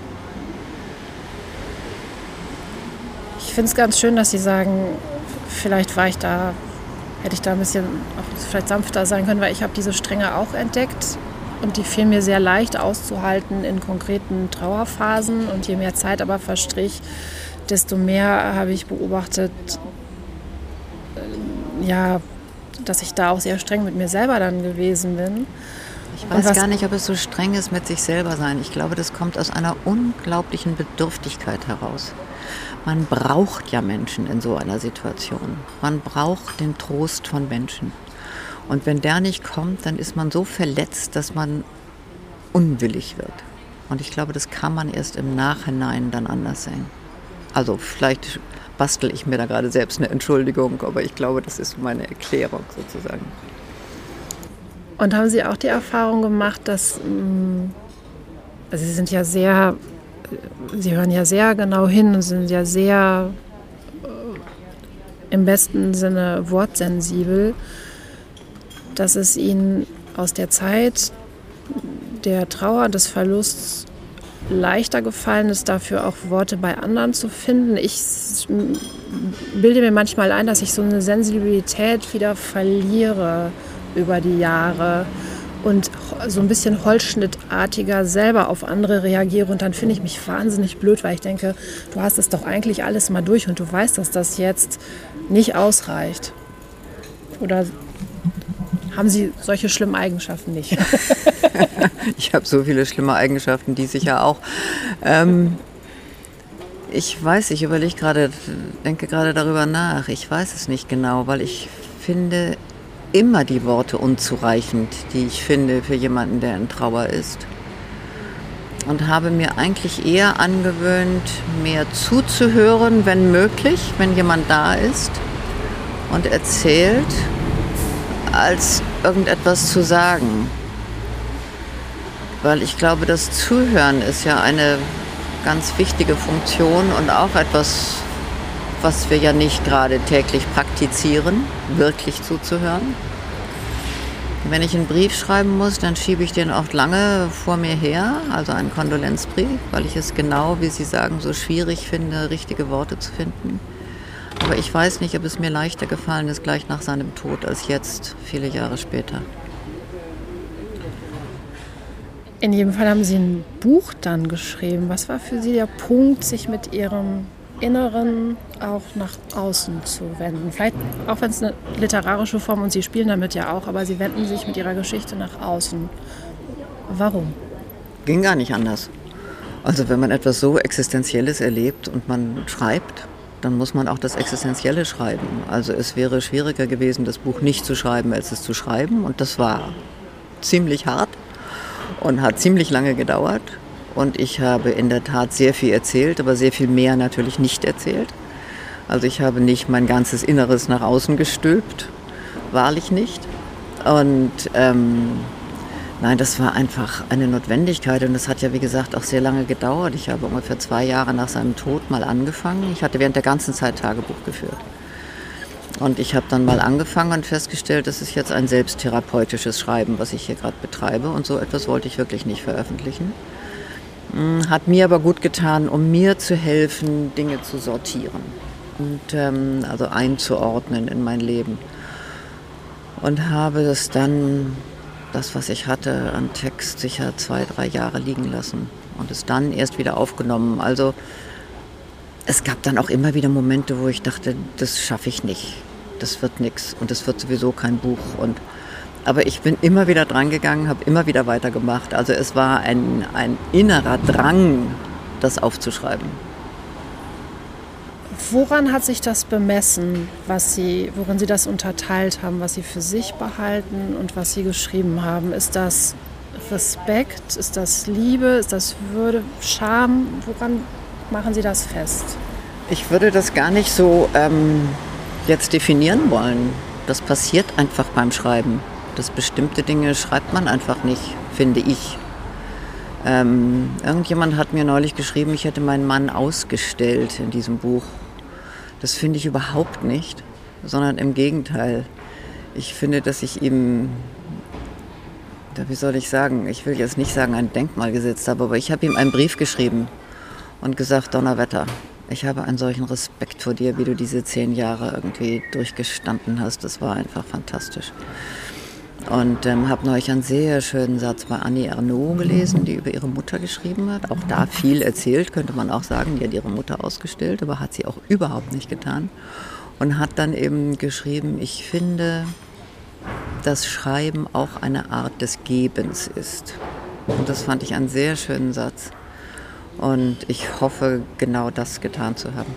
Ich finde es ganz schön, dass Sie sagen, vielleicht war ich da, hätte ich da ein bisschen auch vielleicht sanfter sein können, weil ich habe diese Strenge auch entdeckt und die fiel mir sehr leicht auszuhalten in konkreten Trauerphasen und je mehr Zeit aber verstrich, desto mehr habe ich beobachtet, ja, dass ich da auch sehr streng mit mir selber dann gewesen bin. Ich weiß gar nicht, ob es so streng ist mit sich selber sein. Ich glaube, das kommt aus einer unglaublichen Bedürftigkeit heraus. Man braucht ja Menschen in so einer Situation. Man braucht den Trost von Menschen. Und wenn der nicht kommt, dann ist man so verletzt, dass man unwillig wird. Und ich glaube, das kann man erst im Nachhinein dann anders sehen. Also vielleicht bastel ich mir da gerade selbst eine Entschuldigung, aber ich glaube, das ist meine Erklärung sozusagen. Und haben Sie auch die Erfahrung gemacht, dass, also Sie sind ja sehr, Sie hören ja sehr genau hin und sind ja sehr im besten Sinne wortsensibel, dass es Ihnen aus der Zeit der Trauer, des Verlusts leichter gefallen ist, dafür auch Worte bei anderen zu finden. Ich bilde mir manchmal ein, dass ich so eine Sensibilität wieder verliere über die Jahre und so ein bisschen holzschnittartiger selber auf andere reagiere und dann finde ich mich wahnsinnig blöd, weil ich denke, du hast es doch eigentlich alles mal durch und du weißt, dass das jetzt nicht ausreicht. Oder haben Sie solche schlimmen Eigenschaften nicht? Ich habe so viele schlimme Eigenschaften, die sicher auch. Ähm, ich weiß, ich überlege gerade, denke gerade darüber nach. Ich weiß es nicht genau, weil ich finde immer die Worte unzureichend, die ich finde für jemanden, der in Trauer ist. Und habe mir eigentlich eher angewöhnt, mehr zuzuhören, wenn möglich, wenn jemand da ist und erzählt, als irgendetwas zu sagen. Weil ich glaube, das Zuhören ist ja eine ganz wichtige Funktion und auch etwas, was wir ja nicht gerade täglich praktizieren, wirklich zuzuhören. Wenn ich einen Brief schreiben muss, dann schiebe ich den oft lange vor mir her, also einen Kondolenzbrief, weil ich es genau, wie Sie sagen, so schwierig finde, richtige Worte zu finden. Aber ich weiß nicht, ob es mir leichter gefallen ist, gleich nach seinem Tod, als jetzt, viele Jahre später. In jedem Fall haben Sie ein Buch dann geschrieben. Was war für Sie der Punkt, sich mit Ihrem Inneren auch nach außen zu wenden? Vielleicht auch wenn es eine literarische Form und Sie spielen damit ja auch, aber Sie wenden sich mit Ihrer Geschichte nach außen. Warum? Ging gar nicht anders. Also wenn man etwas so Existenzielles erlebt und man schreibt, dann muss man auch das Existenzielle schreiben. Also es wäre schwieriger gewesen, das Buch nicht zu schreiben, als es zu schreiben. Und das war ziemlich hart und hat ziemlich lange gedauert. Und ich habe in der Tat sehr viel erzählt, aber sehr viel mehr natürlich nicht erzählt. Also ich habe nicht mein ganzes Inneres nach außen gestülpt, wahrlich nicht. Und ähm, nein, das war einfach eine Notwendigkeit und das hat ja wie gesagt auch sehr lange gedauert. Ich habe ungefähr zwei Jahre nach seinem Tod mal angefangen. Ich hatte während der ganzen Zeit Tagebuch geführt. Und ich habe dann mal angefangen und festgestellt, das ist jetzt ein selbsttherapeutisches Schreiben, was ich hier gerade betreibe. Und so etwas wollte ich wirklich nicht veröffentlichen. Hat mir aber gut getan, um mir zu helfen, Dinge zu sortieren und ähm, also einzuordnen in mein Leben. Und habe das dann, das was ich hatte an Text, sicher zwei, drei Jahre liegen lassen und es dann erst wieder aufgenommen. Also es gab dann auch immer wieder Momente, wo ich dachte, das schaffe ich nicht, das wird nichts und das wird sowieso kein Buch. Und aber ich bin immer wieder dran gegangen, habe immer wieder weitergemacht. Also es war ein, ein innerer Drang, das aufzuschreiben. Woran hat sich das bemessen, was Sie, worin Sie das unterteilt haben, was Sie für sich behalten und was Sie geschrieben haben? Ist das Respekt? Ist das Liebe? Ist das Würde? Scham? Woran machen Sie das fest? Ich würde das gar nicht so ähm, jetzt definieren wollen. Das passiert einfach beim Schreiben. Dass bestimmte Dinge schreibt man einfach nicht, finde ich. Ähm, irgendjemand hat mir neulich geschrieben, ich hätte meinen Mann ausgestellt in diesem Buch. Das finde ich überhaupt nicht, sondern im Gegenteil. Ich finde, dass ich ihm, wie soll ich sagen, ich will jetzt nicht sagen, ein Denkmal gesetzt habe, aber ich habe ihm einen Brief geschrieben und gesagt, Donnerwetter, ich habe einen solchen Respekt vor dir, wie du diese zehn Jahre irgendwie durchgestanden hast. Das war einfach fantastisch. Und ähm, habe neulich einen sehr schönen Satz bei Annie Ernaux gelesen, die über ihre Mutter geschrieben hat. Auch da viel erzählt, könnte man auch sagen. Die hat ihre Mutter ausgestellt, aber hat sie auch überhaupt nicht getan. Und hat dann eben geschrieben, ich finde, dass Schreiben auch eine Art des Gebens ist. Und das fand ich einen sehr schönen Satz. Und ich hoffe, genau das getan zu haben.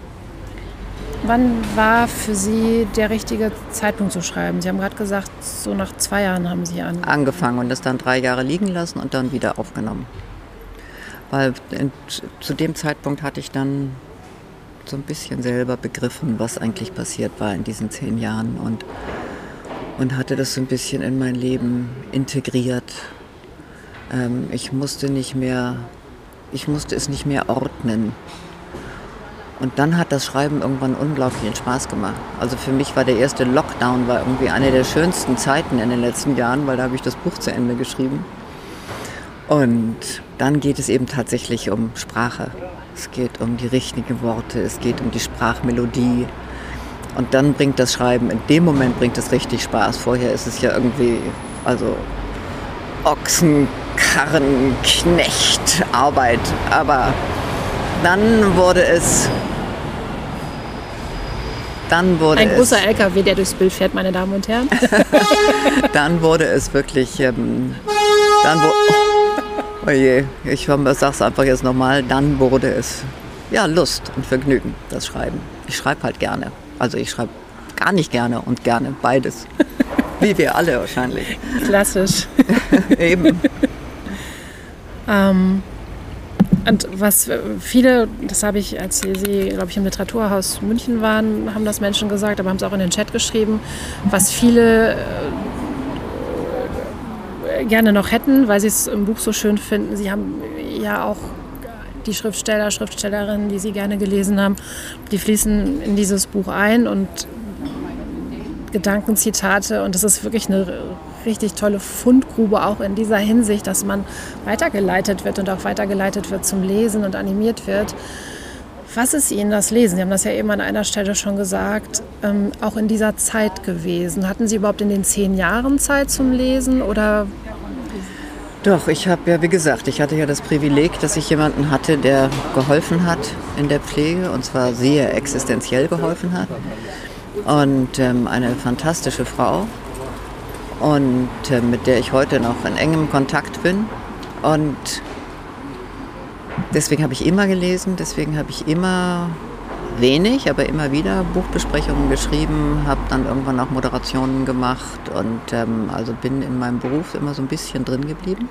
Wann war für Sie der richtige Zeitpunkt zu schreiben? Sie haben gerade gesagt, so nach zwei Jahren haben Sie angefangen. Angefangen und das dann drei Jahre liegen lassen und dann wieder aufgenommen. Weil in, zu dem Zeitpunkt hatte ich dann so ein bisschen selber begriffen, was eigentlich passiert war in diesen zehn Jahren und, und hatte das so ein bisschen in mein Leben integriert. Ähm, ich musste nicht mehr, ich musste es nicht mehr ordnen. Und dann hat das Schreiben irgendwann unglaublichen Spaß gemacht. Also für mich war der erste Lockdown war irgendwie eine der schönsten Zeiten in den letzten Jahren, weil da habe ich das Buch zu Ende geschrieben. Und dann geht es eben tatsächlich um Sprache. Es geht um die richtigen Worte, es geht um die Sprachmelodie. Und dann bringt das Schreiben, in dem Moment bringt es richtig Spaß. Vorher ist es ja irgendwie, also Ochsen, Karren, Knecht, Arbeit. Aber dann wurde es, dann wurde Ein es, großer L K W, der durchs Bild fährt, meine Damen und Herren. dann wurde es wirklich, ähm, dann wo, oh, oh je, ich sag's einfach jetzt nochmal, dann wurde es, ja, Lust und Vergnügen, das Schreiben. Ich schreibe halt gerne, also ich schreibe gar nicht gerne und gerne, beides, wie wir alle wahrscheinlich. Klassisch. Eben. ähm. Und was viele, das habe ich, als Sie, glaube ich, im Literaturhaus München waren, haben das Menschen gesagt, aber haben es auch in den Chat geschrieben, was viele äh, gerne noch hätten, weil sie es im Buch so schön finden. Sie haben ja auch die Schriftsteller, Schriftstellerinnen, die Sie gerne gelesen haben, die fließen in dieses Buch ein und Gedankenzitate und das ist wirklich eine richtig tolle Fundgrube auch in dieser Hinsicht, dass man weitergeleitet wird und auch weitergeleitet wird zum Lesen und animiert wird. Was ist Ihnen das Lesen? Sie haben das ja eben an einer Stelle schon gesagt, ähm, auch in dieser Zeit gewesen. Hatten Sie überhaupt in den zehn Jahren Zeit zum Lesen oder? Doch, ich habe ja, wie gesagt, ich hatte ja das Privileg, dass ich jemanden hatte, der geholfen hat in der Pflege und zwar sehr existenziell geholfen hat. Und ähm, eine fantastische Frau und äh, mit der ich heute noch in engem Kontakt bin. Und deswegen habe ich immer gelesen, deswegen habe ich immer wenig, aber immer wieder Buchbesprechungen geschrieben, habe dann irgendwann auch Moderationen gemacht und ähm, also bin in meinem Beruf immer so ein bisschen drin geblieben.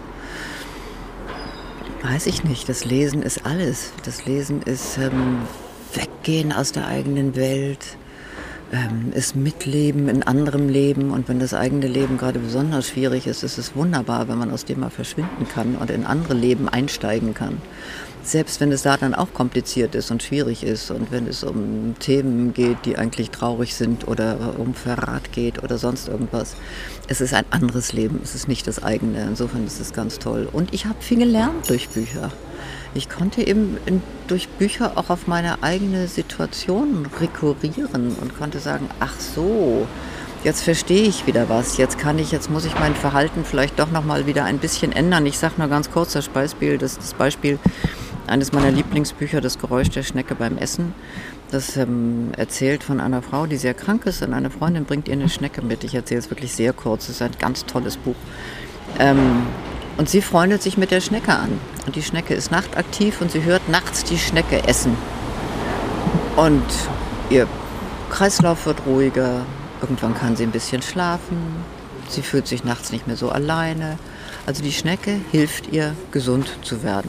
Weiß ich nicht, das Lesen ist alles. Das Lesen ist ähm, Weggehen aus der eigenen Welt, ähm, ist Mitleben in anderem Leben und wenn das eigene Leben gerade besonders schwierig ist, ist es wunderbar, wenn man aus dem mal verschwinden kann und in andere Leben einsteigen kann. Selbst wenn es da dann auch kompliziert ist und schwierig ist und wenn es um Themen geht, die eigentlich traurig sind oder um Verrat geht oder sonst irgendwas. Es ist ein anderes Leben, es ist nicht das eigene. Insofern ist es ganz toll. Und ich habe viel gelernt durch Bücher. Ich konnte eben in, durch Bücher auch auf meine eigene Situation rekurrieren und konnte sagen, ach so, jetzt verstehe ich wieder was. Jetzt kann ich, jetzt muss ich mein Verhalten vielleicht doch noch mal wieder ein bisschen ändern. Ich sage nur ganz kurz das Beispiel, das, das Beispiel eines meiner Lieblingsbücher, Das Geräusch der Schnecke beim Essen. Das ähm, erzählt von einer Frau, die sehr krank ist und eine Freundin bringt ihr eine Schnecke mit. Ich erzähle es wirklich sehr kurz, es ist ein ganz tolles Buch. Ähm, und sie freundet sich mit der Schnecke an. Und die Schnecke ist nachtaktiv und sie hört nachts die Schnecke essen. Und ihr Kreislauf wird ruhiger, irgendwann kann sie ein bisschen schlafen, sie fühlt sich nachts nicht mehr so alleine. Also die Schnecke hilft ihr, gesund zu werden.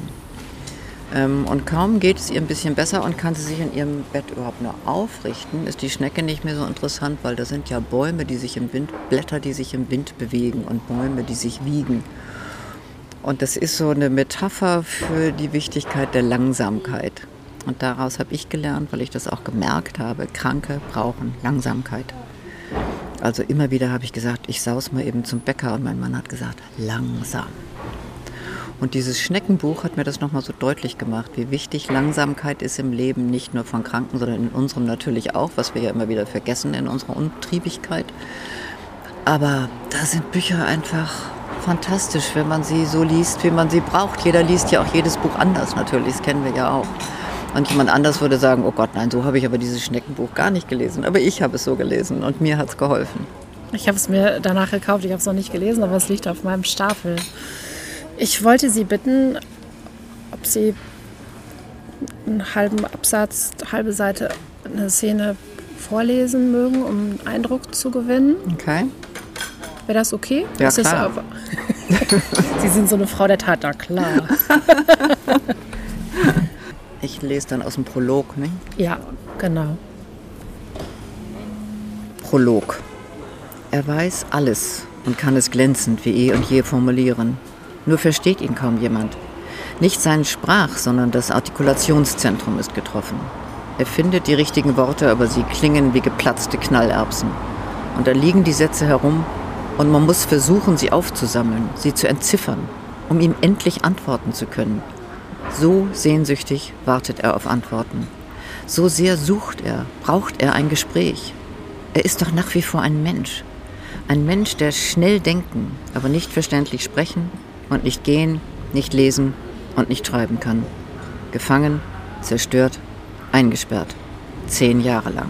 Und kaum geht es ihr ein bisschen besser und kann sie sich in ihrem Bett überhaupt nur aufrichten, ist die Schnecke nicht mehr so interessant, weil da sind ja Bäume, die sich im Wind, Blätter, die sich im Wind bewegen und Bäume, die sich wiegen. Und das ist so eine Metapher für die Wichtigkeit der Langsamkeit. Und daraus habe ich gelernt, weil ich das auch gemerkt habe, Kranke brauchen Langsamkeit. Also immer wieder habe ich gesagt, ich saus mal eben zum Bäcker und mein Mann hat gesagt, langsam. Und dieses Schneckenbuch hat mir das nochmal so deutlich gemacht, wie wichtig Langsamkeit ist im Leben, nicht nur von Kranken, sondern in unserem natürlich auch, was wir ja immer wieder vergessen in unserer Untriebigkeit. Aber da sind Bücher einfach fantastisch, wenn man sie so liest, wie man sie braucht. Jeder liest ja auch jedes Buch anders natürlich, das kennen wir ja auch. Und jemand anders würde sagen, oh Gott, nein, so habe ich aber dieses Schneckenbuch gar nicht gelesen. Aber ich habe es so gelesen und mir hat es geholfen. Ich habe es mir danach gekauft, ich habe es noch nicht gelesen, aber es liegt auf meinem Stapel. Ich wollte Sie bitten, ob Sie einen halben Absatz, eine halbe Seite, eine Szene vorlesen mögen, um einen Eindruck zu gewinnen. Okay. Wäre das okay? Ja, das klar. Ist aber Sie sind so eine Frau der Tat, na klar. Ich lese dann aus dem Prolog, ne? Ja, genau. Prolog. Er weiß alles und kann es glänzend wie eh und je formulieren. Nur versteht ihn kaum jemand. Nicht sein Sprach, sondern das Artikulationszentrum ist getroffen. Er findet die richtigen Worte, aber sie klingen wie geplatzte Knallerbsen. Und da liegen die Sätze herum und man muss versuchen, sie aufzusammeln, sie zu entziffern, um ihm endlich antworten zu können. So sehnsüchtig wartet er auf Antworten. So sehr sucht er, braucht er ein Gespräch. Er ist doch nach wie vor ein Mensch. Ein Mensch, der schnell denken, aber nicht verständlich sprechen und nicht gehen, nicht lesen und nicht schreiben kann. Gefangen, zerstört, eingesperrt. Zehn Jahre lang.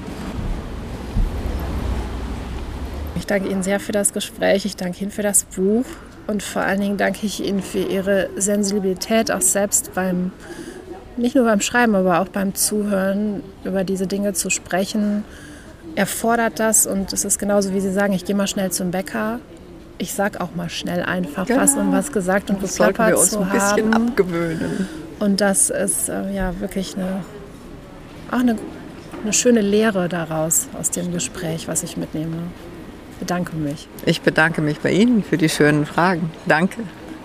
Ich danke Ihnen sehr für das Gespräch, ich danke Ihnen für das Buch und vor allen Dingen danke ich Ihnen für Ihre Sensibilität, auch selbst beim, nicht nur beim Schreiben, aber auch beim Zuhören, über diese Dinge zu sprechen. Erfordert das und es ist genauso, wie Sie sagen, ich gehe mal schnell zum Bäcker. Ich sag auch mal schnell einfach ja, was und was gesagt und das sollten wir uns zu ein bisschen haben. abgewöhnen. Und das ist äh, ja wirklich eine, auch eine, eine schöne Lehre daraus, aus dem Gespräch, was ich mitnehme. Ich bedanke mich. Ich bedanke mich bei Ihnen für die schönen Fragen. Danke.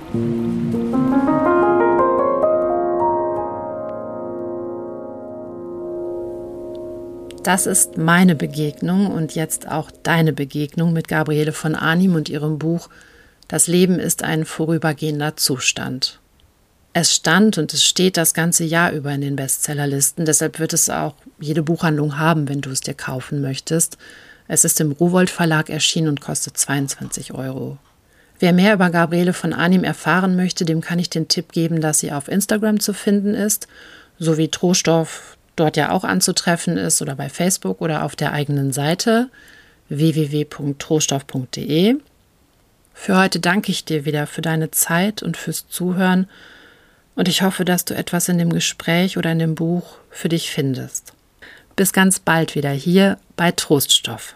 Das ist meine Begegnung und jetzt auch deine Begegnung mit Gabriele von Arnim und ihrem Buch Das Leben ist ein vorübergehender Zustand. Es stand und es steht das ganze Jahr über in den Bestsellerlisten, deshalb wird es auch jede Buchhandlung haben, wenn du es dir kaufen möchtest. Es ist im Rowohlt Verlag erschienen und kostet zweiundzwanzig Euro. Wer mehr über Gabriele von Arnim erfahren möchte, dem kann ich den Tipp geben, dass sie auf Instagram zu finden ist, sowie Troststoff dort ja auch anzutreffen ist oder bei Facebook oder auf der eigenen Seite w w w punkt troststoff punkt d e. Für heute danke ich dir wieder für deine Zeit und fürs Zuhören und ich hoffe, dass du etwas in dem Gespräch oder in dem Buch für dich findest. Bis ganz bald wieder hier bei Troststoff.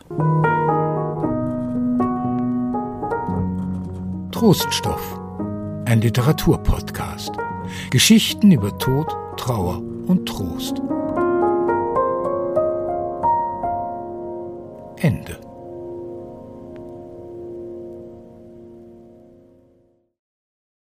Troststoff, ein Literaturpodcast. Geschichten über Tod, Trauer und Trost.